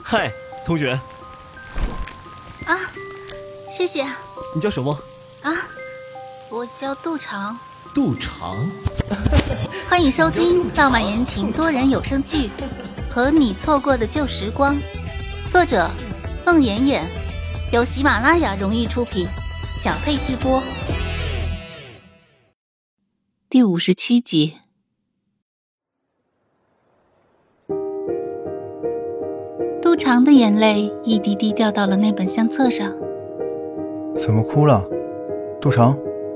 嗨，同学。 啊，谢谢。 你叫什么？ 啊，我叫杜长。 杜长。 欢迎收听浪漫言情多人有声剧《和你错过的旧时光》，作者孟妍妍，由喜马拉雅荣誉出品，小佩制播。 第57集。 杜长的眼泪一滴滴掉到了那本相册上。 怎么哭了，杜长？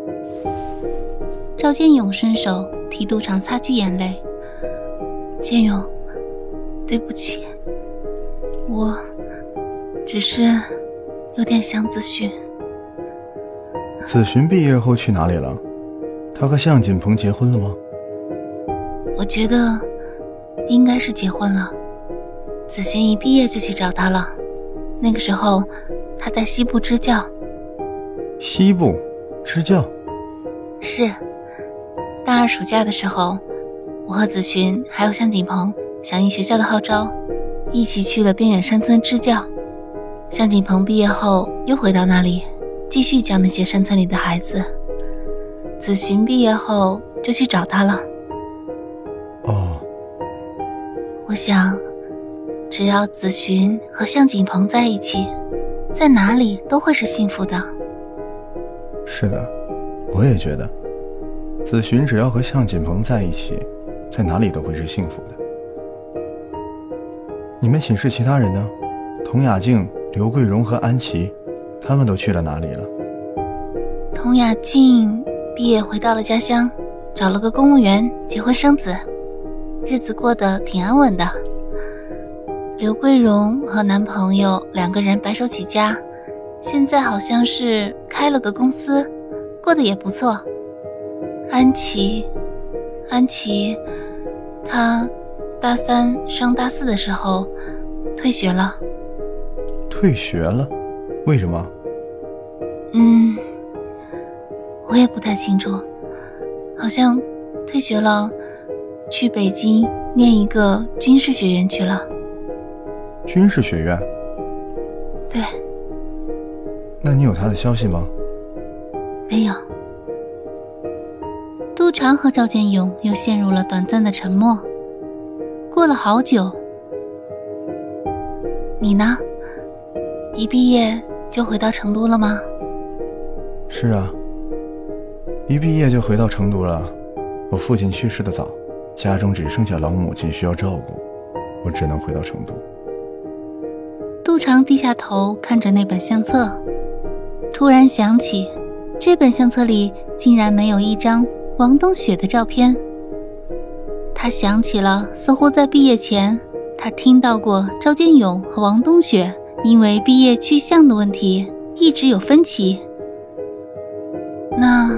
赵建勇伸手替杜长擦去眼泪。建勇，对不起，我只是有点想子勋。 子勋毕业后去哪里了？他和向锦鹏结婚了吗？ 我觉得应该是结婚了。子勋一毕业就去找他了，那个时候他在西部支教。 西部支教？ 是，大二暑假的时候，我和子勋还有向锦鹏响应学校的号召，一起去了边远山村支教。向锦鹏毕业后又回到那里继续教那些山村里的孩子，子勋毕业后就去找他了。 哦， 我想只要子勋和向锦鹏在一起，在哪里都会是幸福的。 是的，我也觉得子勋只要和向锦鹏在一起，在哪里都会是幸福的。你们寝室其他人呢？童雅静、刘桂荣和安琪，他们都去了哪里了？ 童雅静毕业回到了家乡，找了个公务员，结婚生子，日子过得挺安稳的。刘桂荣和男朋友2个人白手起家，现在好像是开了个公司，过得也不错。安琪，她大3升大4的时候退学了。 退学了？为什么？ 我也不太清楚，好像退学了，去北京念一个军事学院去了。 军事学院？ 对。 那你有他的消息吗？ 没有。杜长和赵建勇又陷入了短暂的沉默。过了好久。你呢？一毕业就回到成都了吗？ 是啊，一毕业就回到成都了。我父亲去世的早，家中只剩下老母亲需要照顾，我只能回到成都。 杜长低下头看着那本相册，突然想起这本相册里竟然没有一张王冬雪的照片。他想起了似乎在毕业前他听到过赵建勇和王冬雪因为毕业去向的问题一直有分歧。那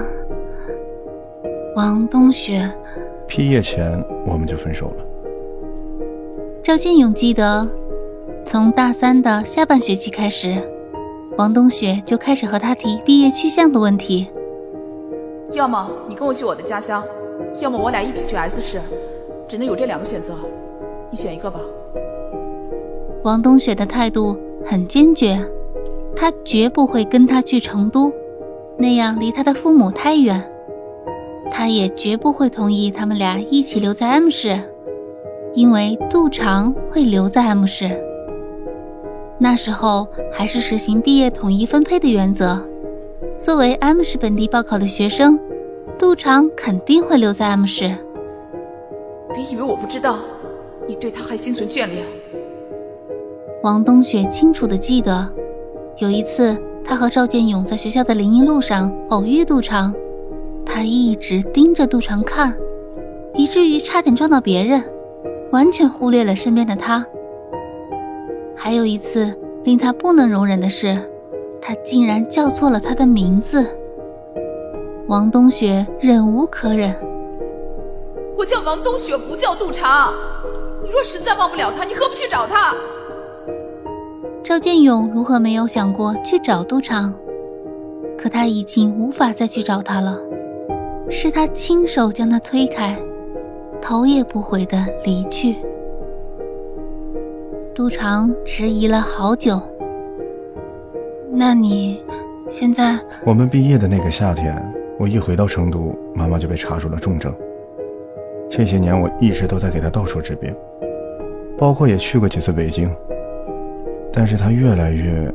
王冬雪毕业前我们就分手了。 赵建勇记得从大3的下半学期开始，王冬雪就开始和他提毕业去向的问题。 要么你跟我去我的家乡，要么我俩一起去 S 市，只能有这2个选择，你选一个吧。 王冬雪的态度很坚决，她绝不会跟他去成都，那样离他的父母太远。她也绝不会同意他们俩一起留在 M 市，因为杜长会留在 M 市。那时候还是实行毕业统一分配的原则，作为 M 市本地报考的学生，杜长肯定会留在 M 市。 别以为我不知道，你对他还心存眷恋。 王冬雪清楚地记得，有一次她和赵建勇在学校的林荫路上偶遇杜长，她一直盯着杜长看，以至于差点撞到别人，完全忽略了身边的他。还有一次令他不能容忍的是，他竟然叫错了他的名字。王冬雪忍无可忍。 我叫王冬雪，不叫杜长。你若实在忘不了他，你何不去找他？ 赵建勇如何没有想过去找杜长？可他已经无法再去找他了，是他亲手将他推开，头也不回地离去。 杜长迟疑了好久。那你现在…… 我们毕业的那个夏天，我一回到成都，妈妈就被查出了重症。这些年我一直都在给她到处治病，包括也去过几次北京，但是她越来越……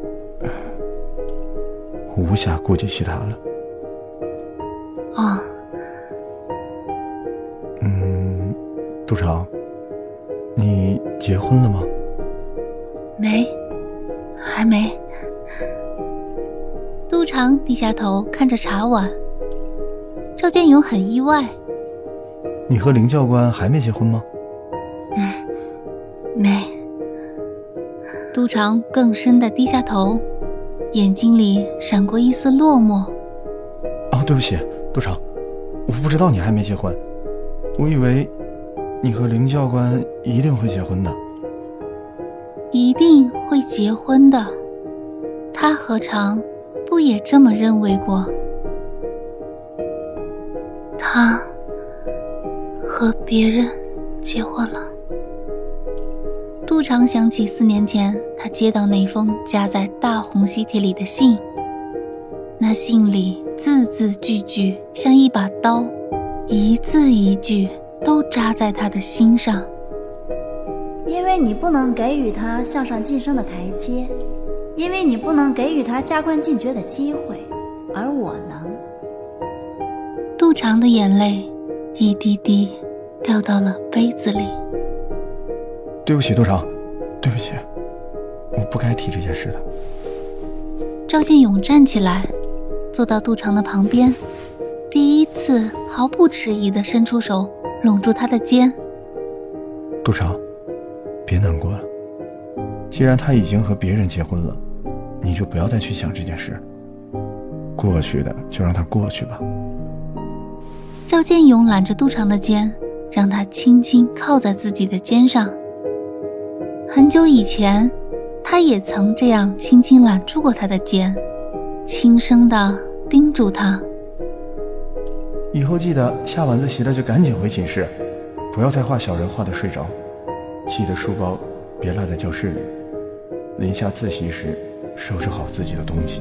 我无暇顾及其他了。 哦。 杜长，你结婚了吗？ 没，还没。杜长低下头看着茶碗。赵建勇很意外。 你和林教官还没结婚吗？ 没。杜长更深地低下头，眼睛里闪过一丝落寞。 哦，对不起，杜长，我不知道你还没结婚，我以为你和林教官一定会结婚的。 一定会结婚的，他何尝不也这么认为过？他和别人结婚了。杜长想起4年前他接到那封夹在大红喜帖里的信，那信里字字句句像一把刀，一字一句都扎在他的心上。 因为你不能给予他向上晋升的台阶，因为你不能给予他加官进爵的机会，而我能。 杜长的眼泪一滴滴掉到了杯子里。 对不起，杜长，对不起，我不该提这件事的。 赵建勇站起来，坐到杜长的旁边，第一次毫不迟疑地伸出手拢住他的肩。 杜长，别难过了，既然他已经和别人结婚了，你就不要再去想这件事，过去的就让它过去吧。 赵建勇揽着杜长的肩，让他轻轻靠在自己的肩上。很久以前，他也曾这样轻轻揽住过他的肩，轻声地叮嘱他： 以后记得下晚自习了就赶紧回寝室，不要再画小人画得睡着，记得书包别落在教室里，临下自习时收拾好自己的东西。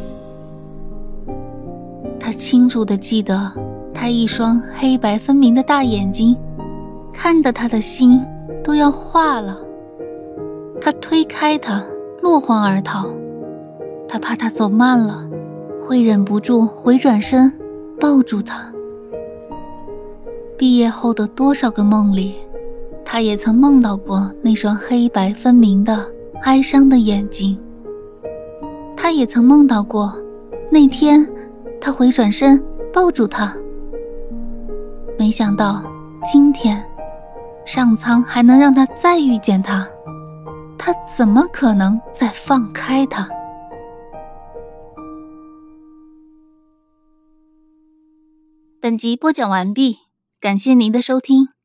他清楚地记得他一双黑白分明的大眼睛，看得他的心都要化了。他推开他，落荒而逃。他怕他走慢了，会忍不住回转身抱住他。毕业后的多少个梦里，他也曾梦到过那双黑白分明的哀伤的眼睛。他也曾梦到过那天他回转身抱住他。没想到今天上苍还能让他再遇见他，他怎么可能再放开他？本集播讲完毕，感谢您的收听。